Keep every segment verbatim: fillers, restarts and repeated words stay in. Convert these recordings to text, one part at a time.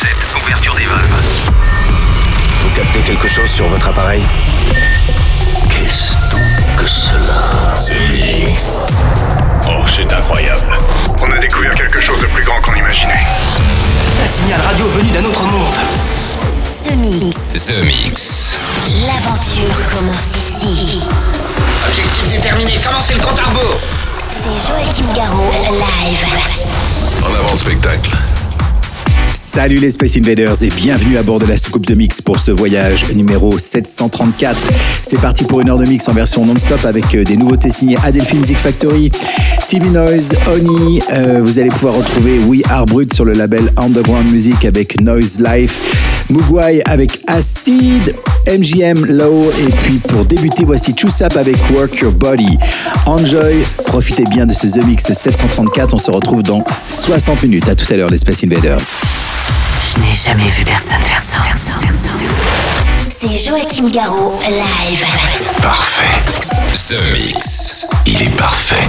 sept, ouverture des valves. Vous captez quelque chose sur votre appareil? Qu'est-ce donc que cela? The Mix. Oh, c'est incroyable. On a découvert quelque chose de plus grand qu'on imaginait. Un signal radio venu d'un autre monde. The Mix. The Mix. L'aventure commence ici. Objectif déterminé, commencez le compte à rebours. C'est Joachim Garraud, live. En avant le spectacle. Salut les Space Invaders et bienvenue à bord de la soucoupe The Mix pour ce voyage numéro sept cent trente-quatre. C'est parti pour une heure de mix en version non-stop avec des nouveautés signées Adelphi Music Factory, T V Noise, Oni. Euh, vous allez pouvoir retrouver We Are Brut sur le label Underground Music avec Noise Life, Mugwai avec Acid, M J M Low et puis pour débuter voici Chusap avec Work Your Body. Enjoy, profitez bien de ce The Mix sept cent trente-quatre, on se retrouve dans soixante minutes. À tout à l'heure les Space Invaders. Je n'ai jamais vu personne faire ça. C'est Joachim Garraud, live. Parfait. The Mix. Il est parfait.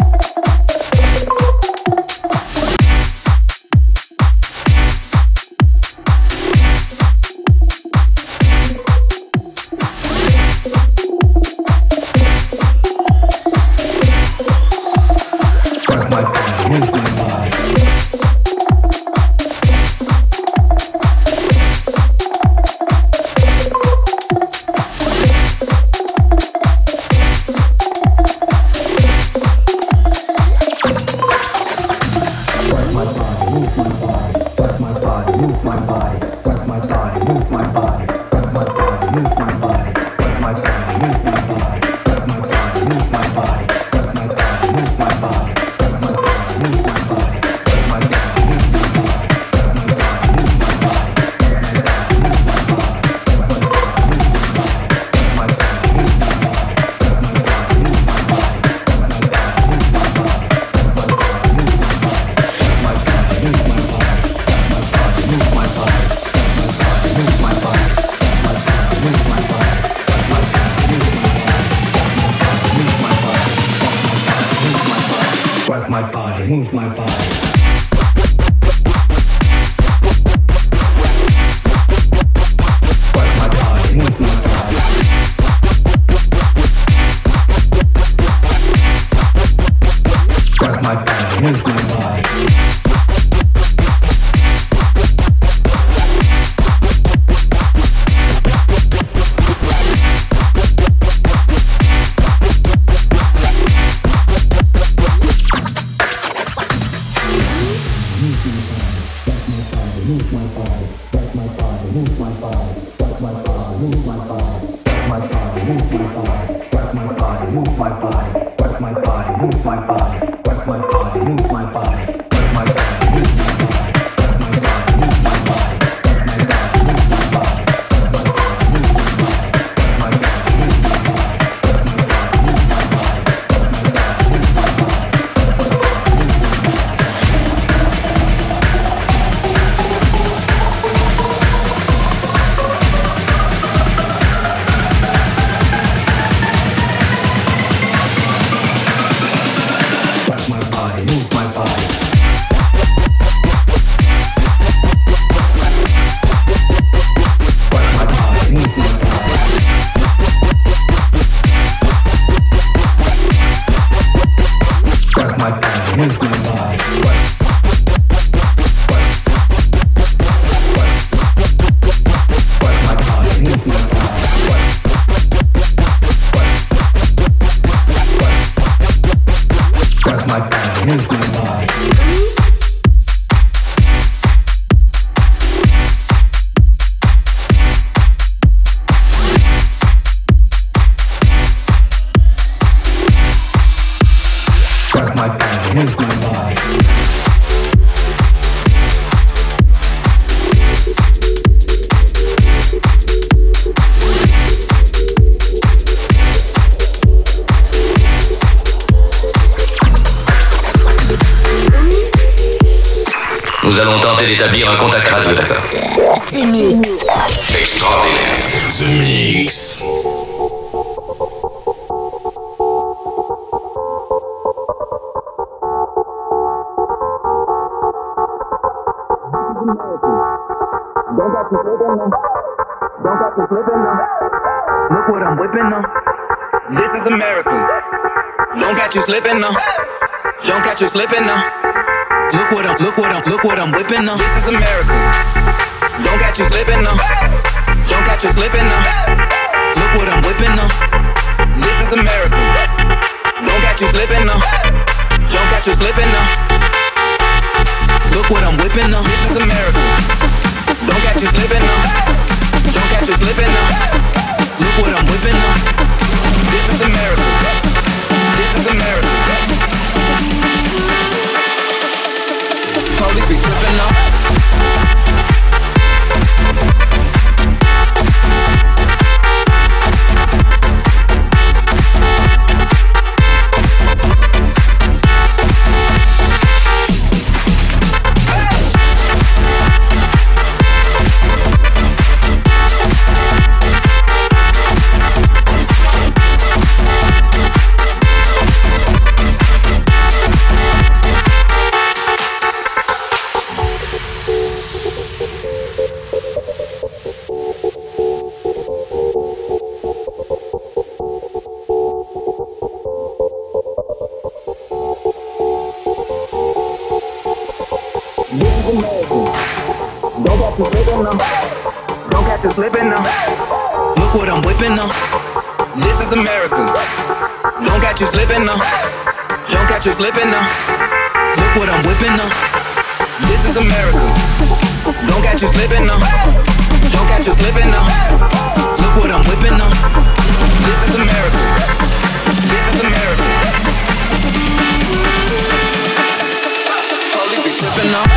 Nous allons tenter d'établir un contact radio, d'accord? The Mix. Extraordinaire. The Mix. Don't got you slipping now. Don't got you slipping now. Look what I'm whipping now. This is America. Don't got you slipping now. Don't got you slipping now. Look what I'm, look what I'm, look what I'm whipping now. This is America. Don't got you slipping now. Don't got you slipping now. Look what I'm whipping now. This is America. Don't got you slipping now. Don't got you slipping now. Look what I'm whipping now. This is America. Don't got you slipping now. Don't got you slipping now. Look what I'm whipping now. This is America. This is America. Police be tripping now. Slipping now. Look what I'm whipping now. This is America. Don't got you slipping now. Don't got you slipping now. Look what I'm whipping now. This is America. Don't got you slipping now. Don't got you slipping now. Look what I'm whipping now. This is America. This is America. Police be tripping now.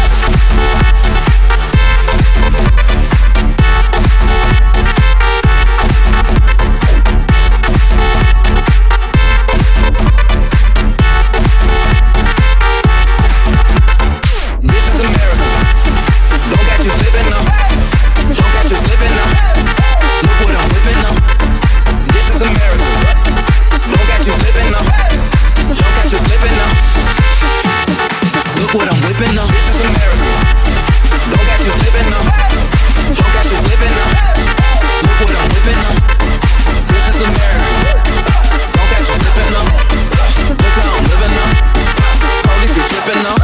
What I'm whipping up, this is America. Don't got you slipping now. Don't got you slipping now. Look what I'm whipping up. This is America. Don't got you slipping now. Look how I'm living now. Police be tripping now.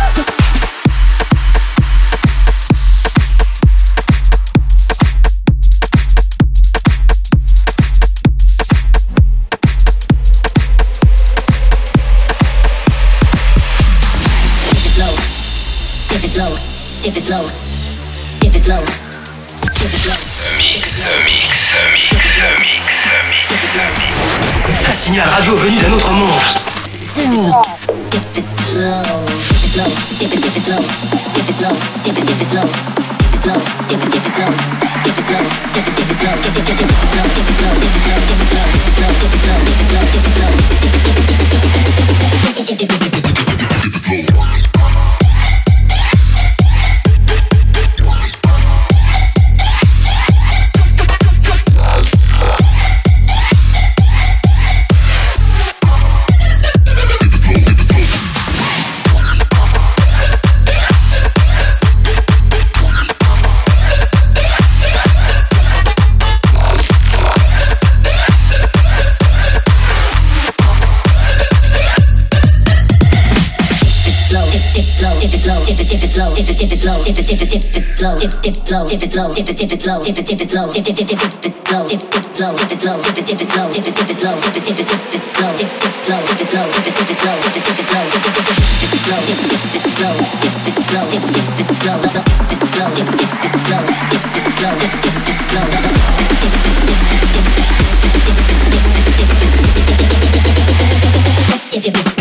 Dip it low, dip it low, dip it low, dip it low. Ce mix, ce mix, ce mix, ce mix. Un signal radio venu d'un autre monde. Ce mix. Dip it low, dip it low, dip it, dip it low, dip it low, dip it, dip it low, dip it low, dip it, dip it low, dip it low, dip it, dip it low, dip it, dip it low, dip it low, dip it low, dip it low, dip it low, dip it low, dip it low, dip it low, dip it low, dip it low. Dip it, dip it low, dip it, dip it, dip it low, dip it low, dip it low, dip it, dip it low, dip it, dip it low, dip it, dip it, dip it low, dip it low, dip it low, dip it, dip it low, dip it, dip it low, dip it, dip it, dip it low, dip it low, dip it low, dip it, dip it low, dip it, dip it low, dip it, dip it low, dip it, dip it low, dip it low, dip it, dip it low, dip it low, dip it, dip it low, dip it low, dip it, dip it low, dip it, dip it low.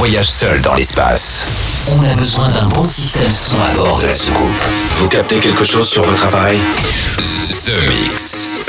voyage seul dans l'espace. On a besoin d'un bon système son à bord de la soucoupe. Vous captez quelque chose sur votre appareil? The Mix.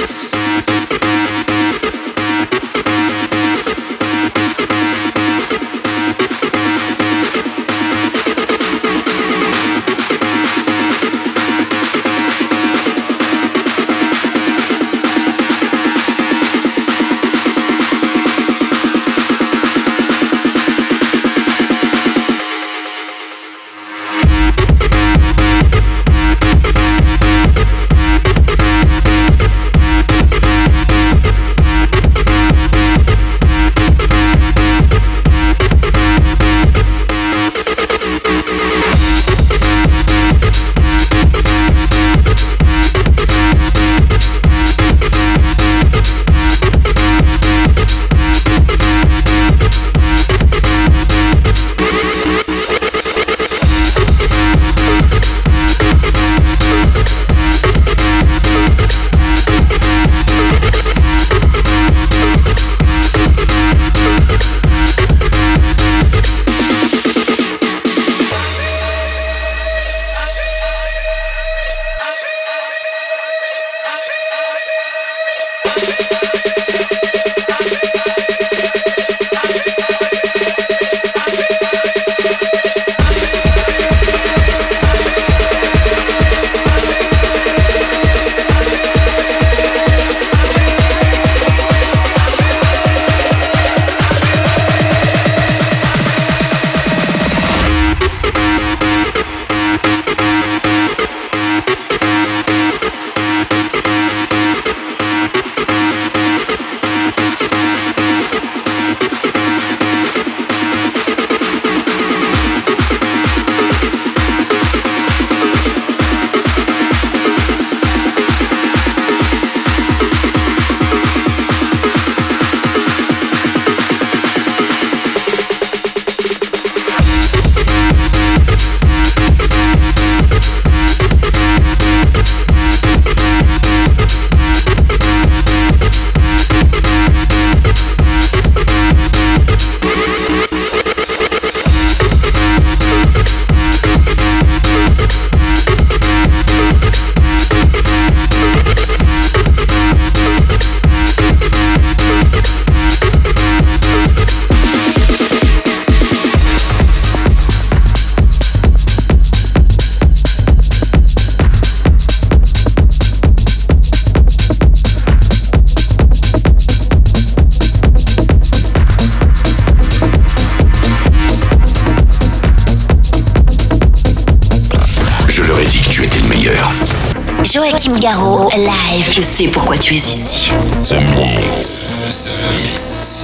Joachim Garraud, live. Je sais pourquoi tu es ici. The Mix. The Mix.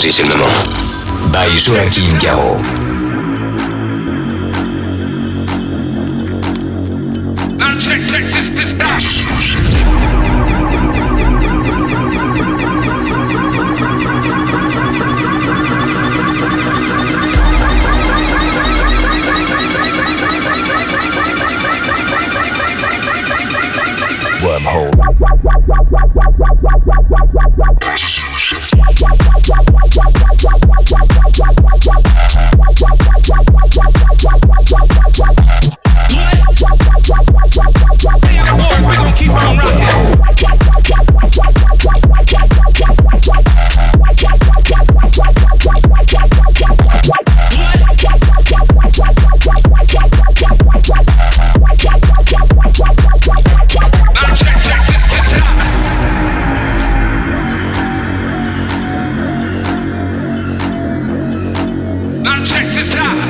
allons-y, c'est le moment. By Joachim Garraud. Now check, check this, this, that. Wormhole. We're gonna keep on rocking. Now check, check this, this out. Now check this out.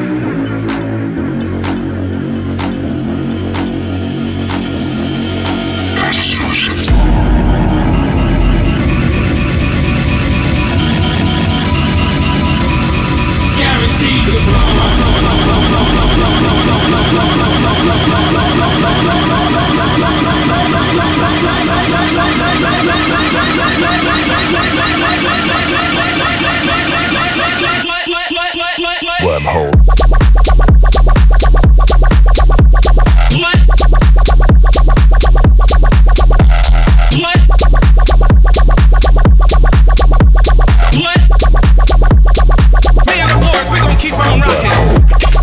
Wormhole. Me and the boys, we gonna keep on rocking.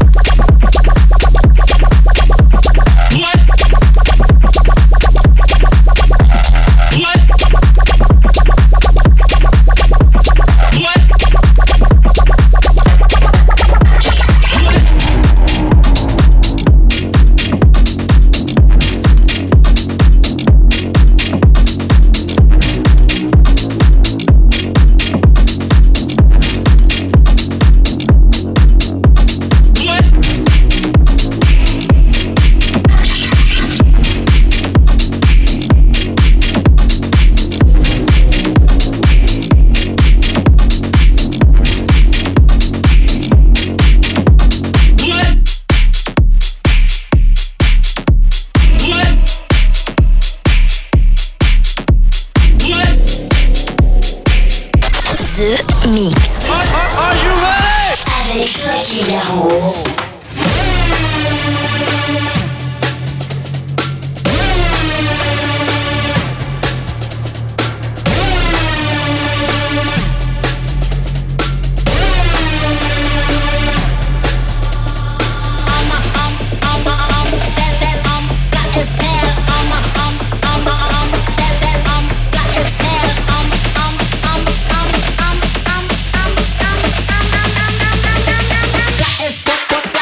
The Mix. Are you ready? Avec Joachim Garraud. It's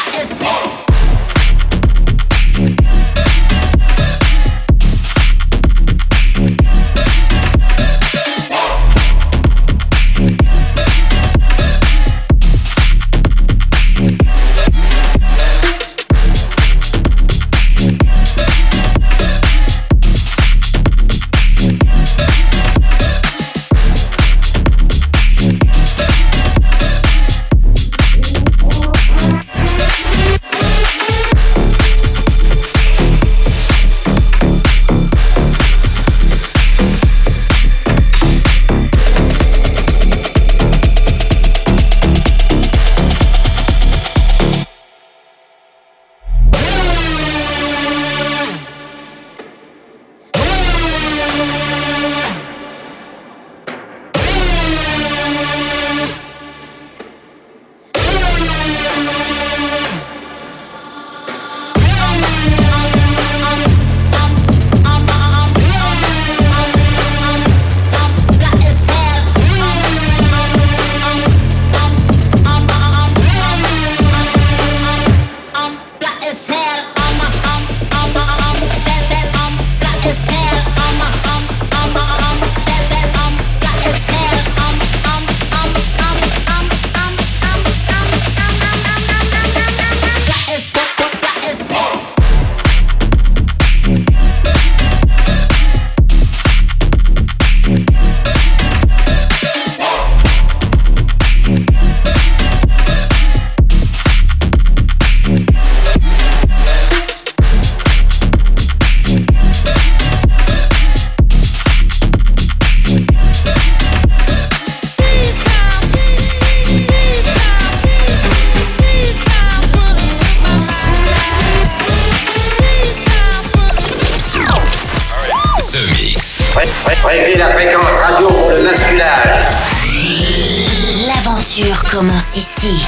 Réglez la fréquence radio pour le basculage. L'aventure commence ici.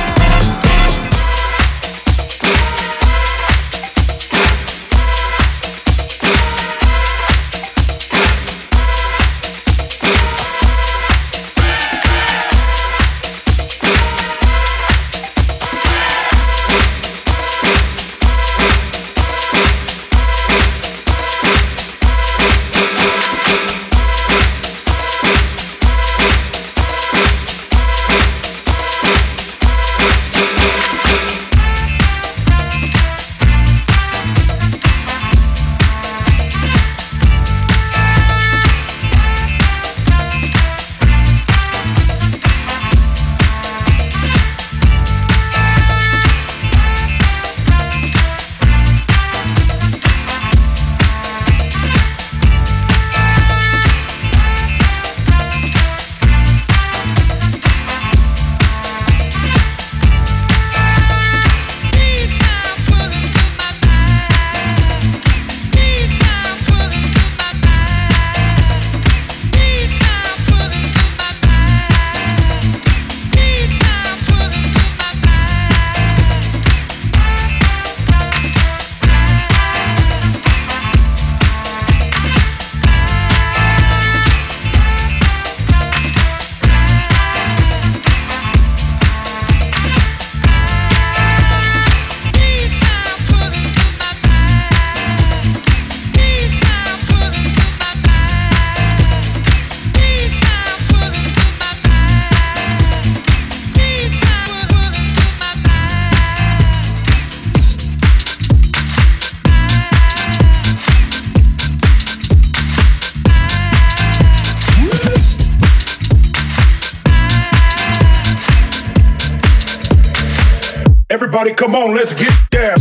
Everybody, come on, let's get down.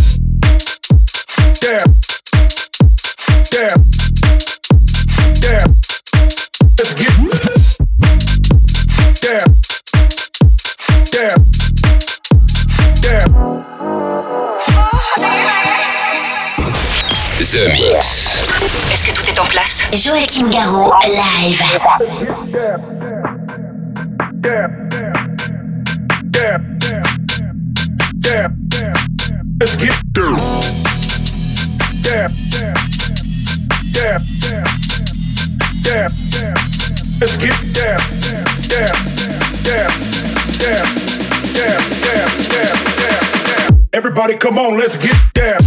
Down. Down. Down. Let's get down. Down. Down. The Mix. Est-ce que tout est en place? Joachim Garraud, live. Down. Down. Down. Down. Let's get down. Down. Down. Down. Let's get down. Down. Down. Down. Down. Down. Down. Down. Everybody, come on, let's get down.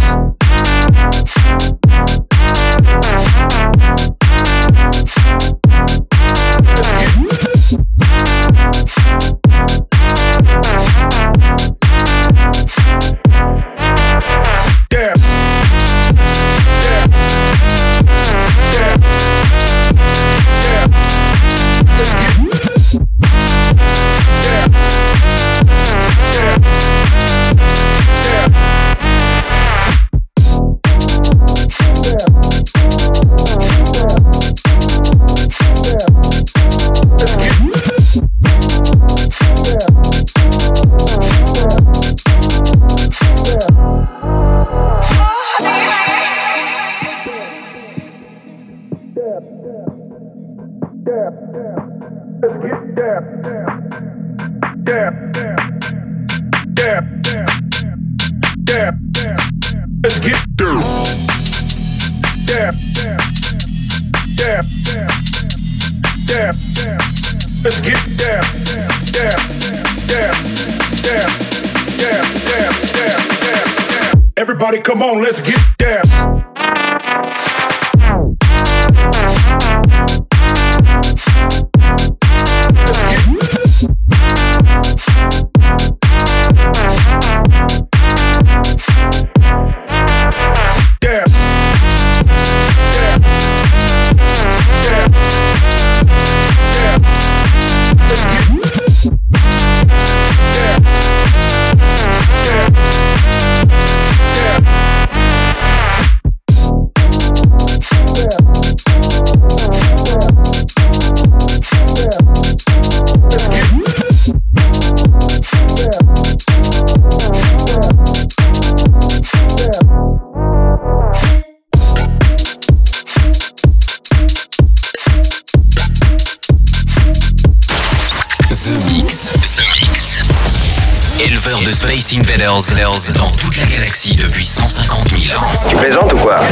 Everybody, come on, let's get down. éleveur de Space Invaders dans toute la galaxie depuis cent cinquante mille ans. Tu plaisantes ou quoi?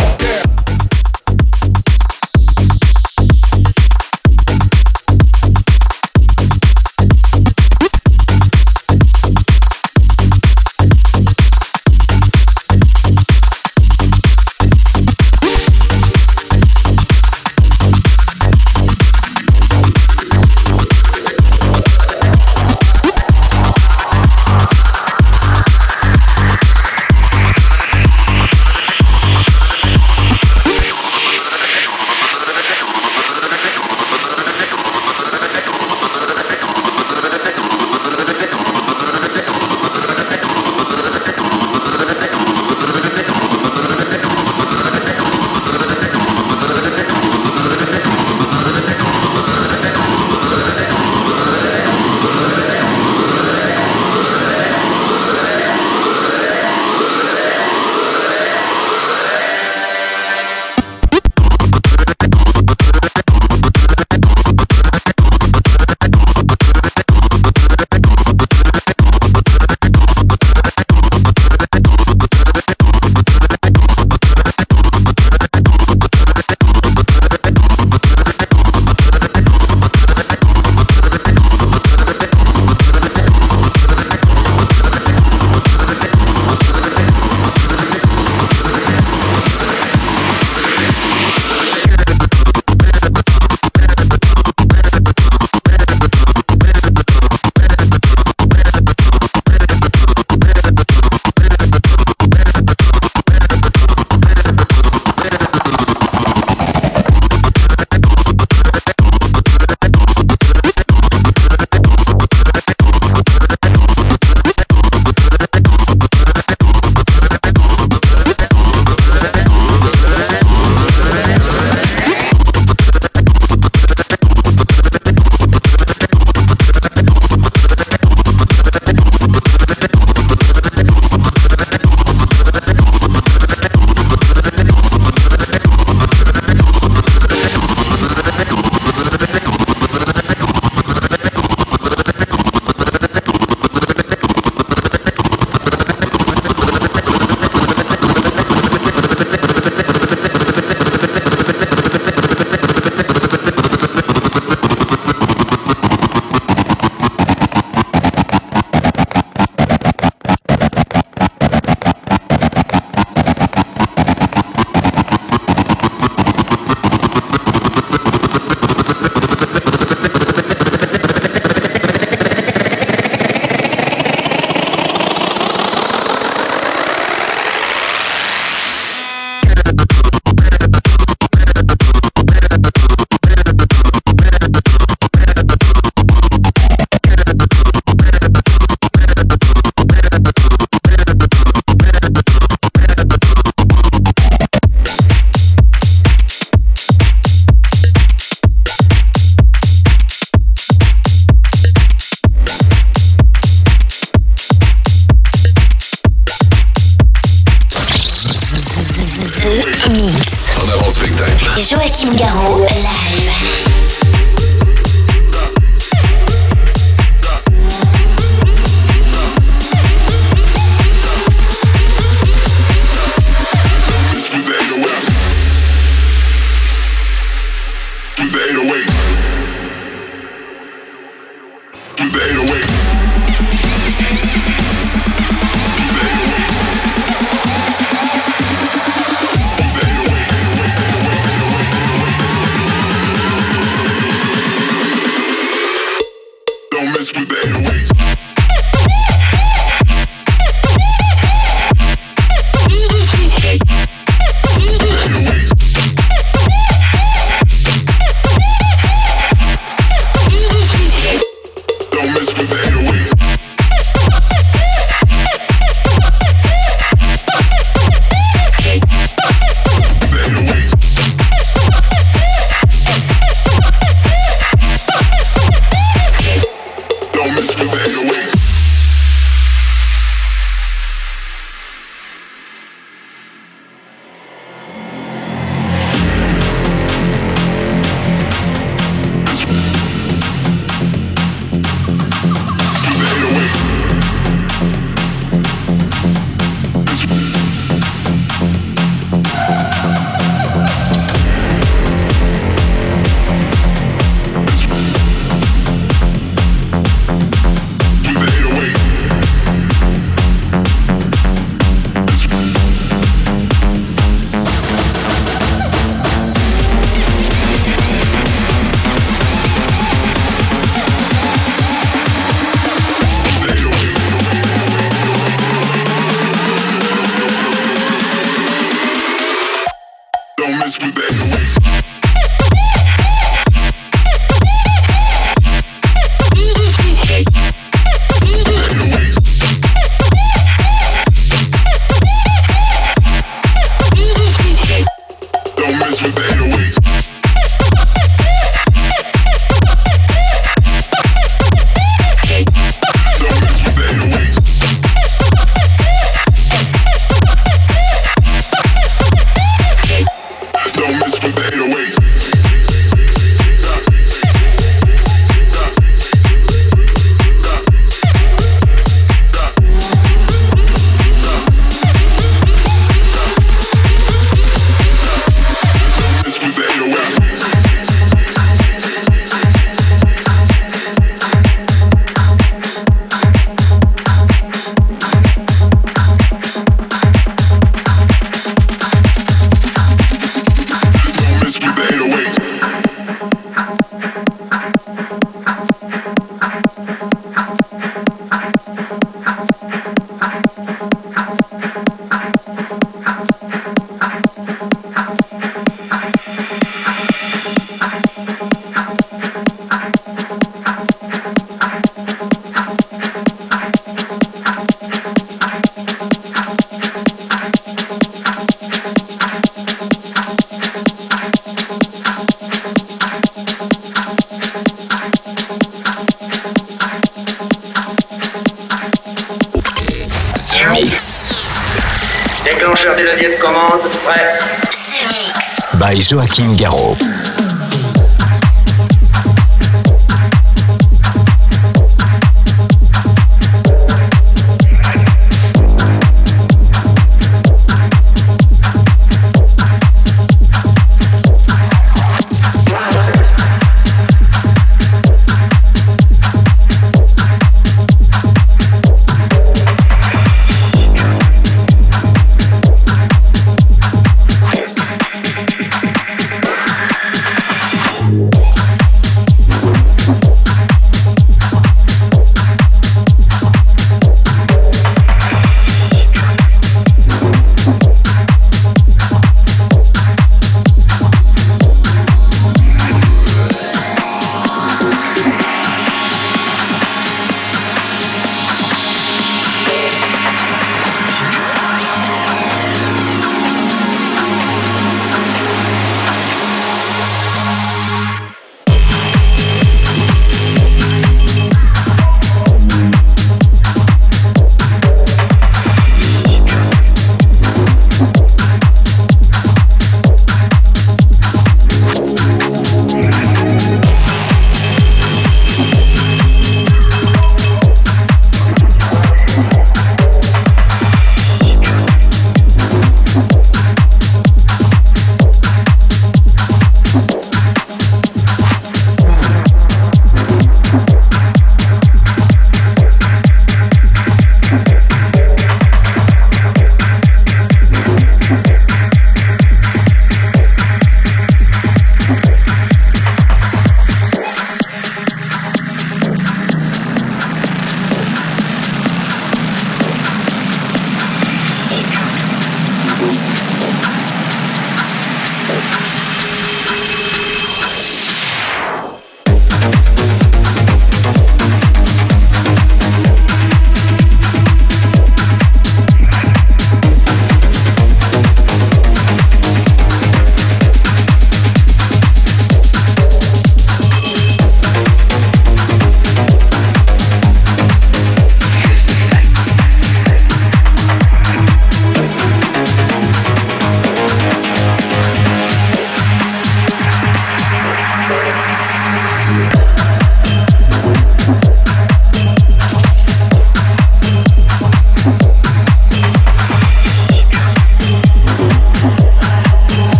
Joachim Garraud, live. Do The Mix. Déclencheur des leviers de commande, prêt. The Mix. By Joachim Garraud.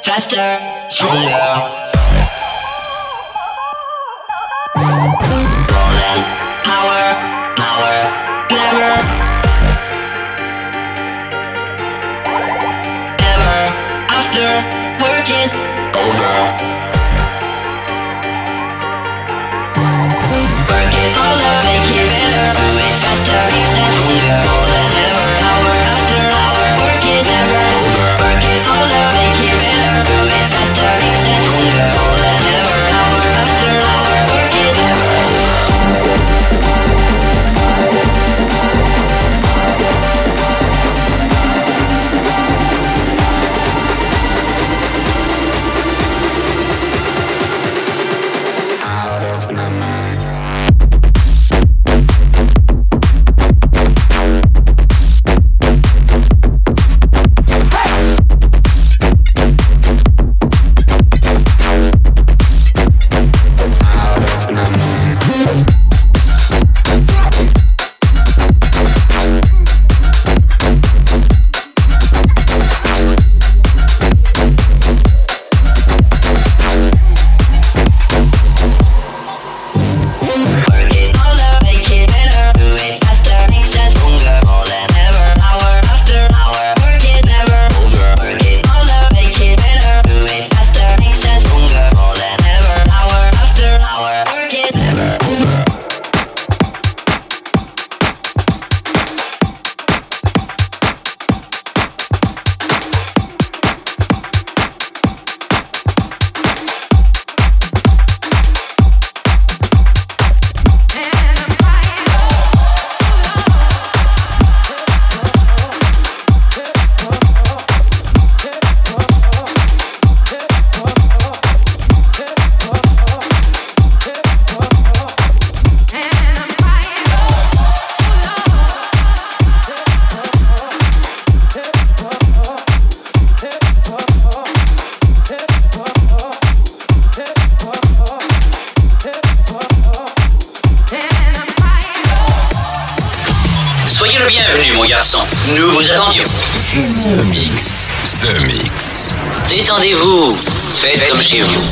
faster, stronger. Golden power, power, clever. Ever after work is over. Work it harder, make it better, do it faster, stronger. Golden ever, hour after hour, work is never over. Work it harder, make it better, do it faster, stronger. Golden ever, hour after hour, work is never out of my mind. Soyez le bienvenu, mon garçon. Nous vous attendions. The Mix. The Mix. Détendez-vous. Faites comme chez vous.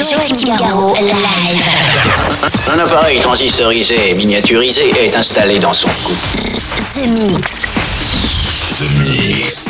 Joachim Garraud, live. Un appareil transistorisé et miniaturisé est installé dans son cou. The Mix. The Mix.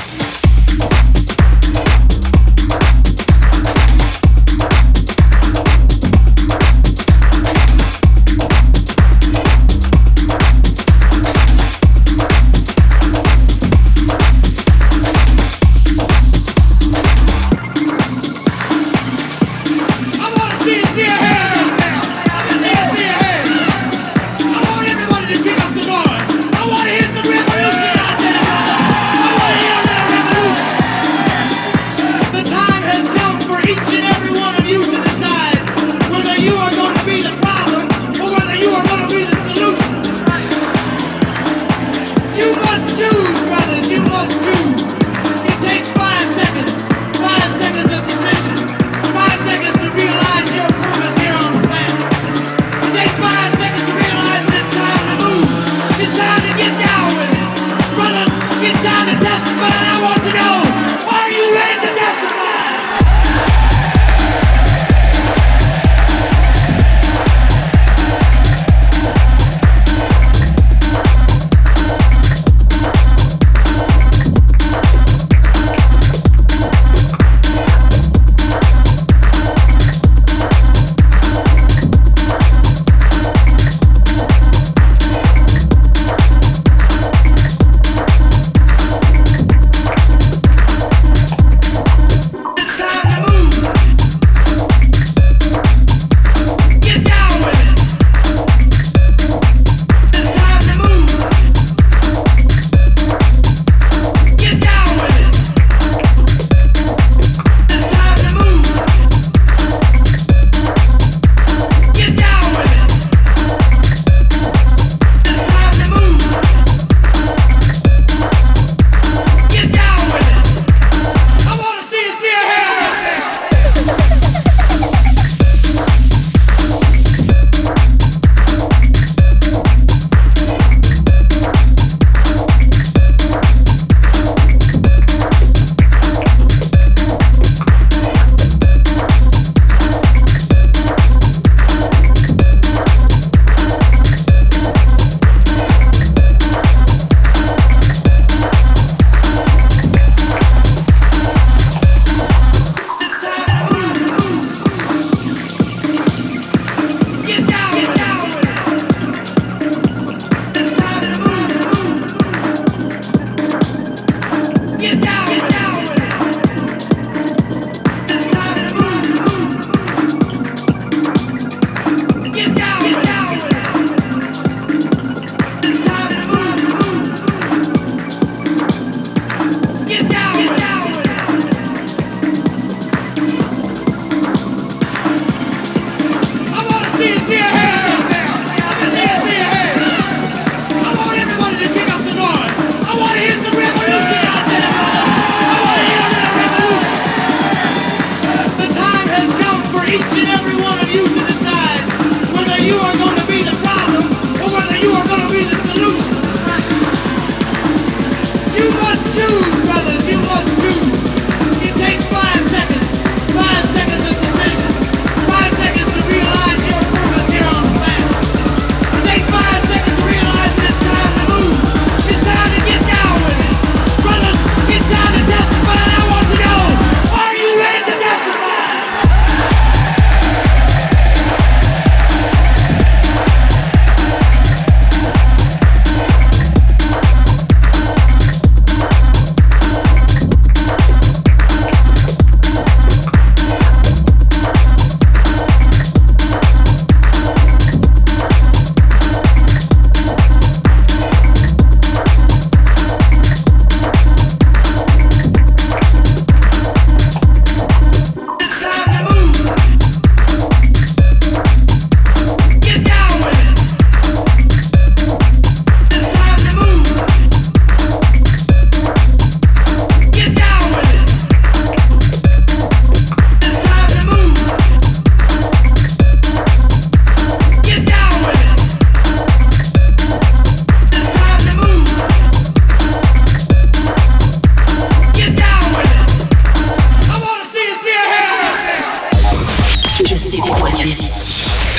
I wanna hear some revolution out there. I wanna hear a little revolution.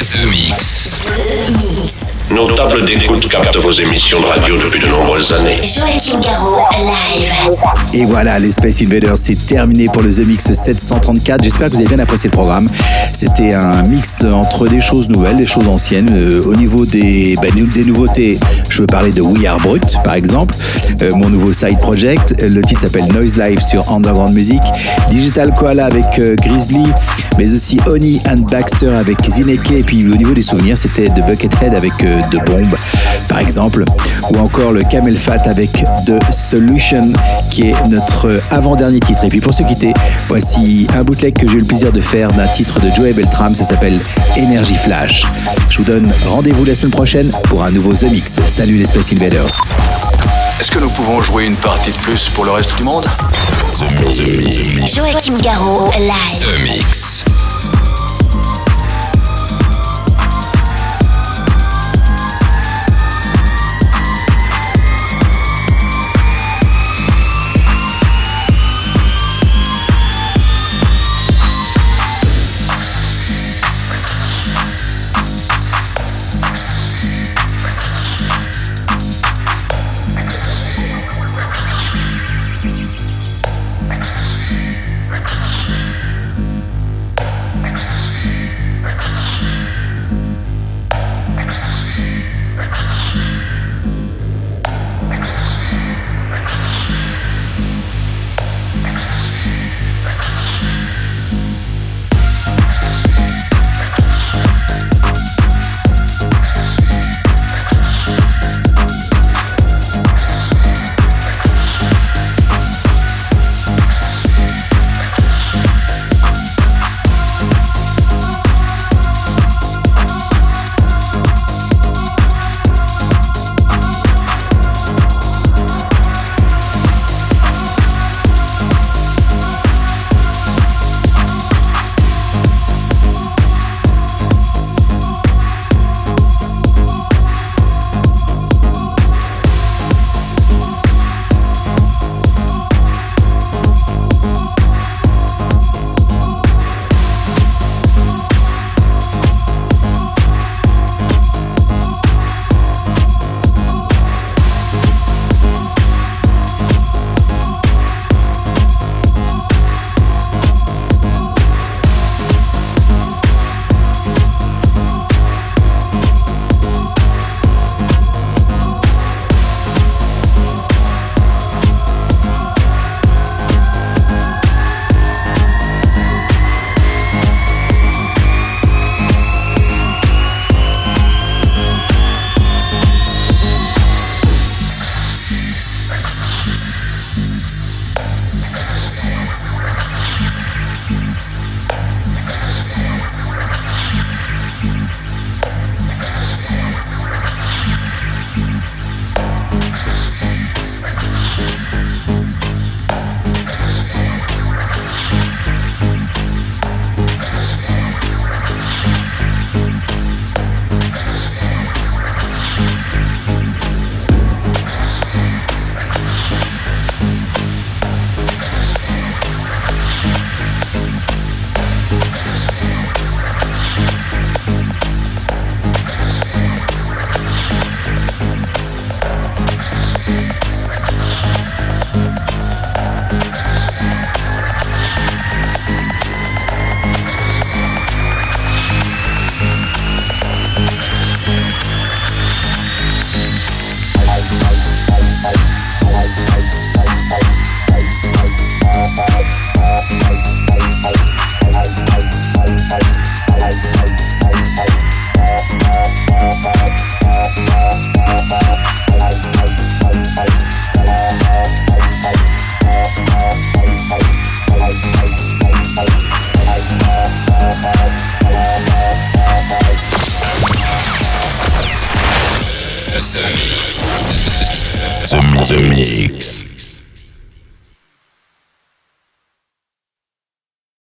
The Mix. The Mix. Nos tables d'écoute captent vos émissions de radio depuis de nombreuses années. Joachim Garraud, live. Et voilà, les Space Invaders, c'est terminé pour le The Mix sept cent trente-quatre. J'espère que vous avez bien apprécié le programme. C'était un mix entre des choses nouvelles, des choses anciennes. Euh, au niveau des, bah, des nouveautés, je veux parler de We Are Brut, par exemple, euh, mon nouveau side project. Le titre s'appelle Noise Live sur Underground Music. Digital Koala avec euh, Grizzly, mais aussi Oni and Baxter avec Zineke. Et puis au niveau des souvenirs, c'était The Buckethead avec euh, The Bomb, par exemple, ou encore le Camel Fat avec The Solution, qui est notre avant-dernier titre. Et puis pour se quitter, voici un bootleg que j'ai eu le plaisir de faire d'un titre de Joey Beltram, ça s'appelle Energy Flash. Je vous donne rendez-vous la semaine prochaine pour un nouveau The Mix. Salut les Space Invaders. Est-ce que nous pouvons jouer une partie de plus pour le reste du monde? The Mix. Joachim Garraud, live. The Mix.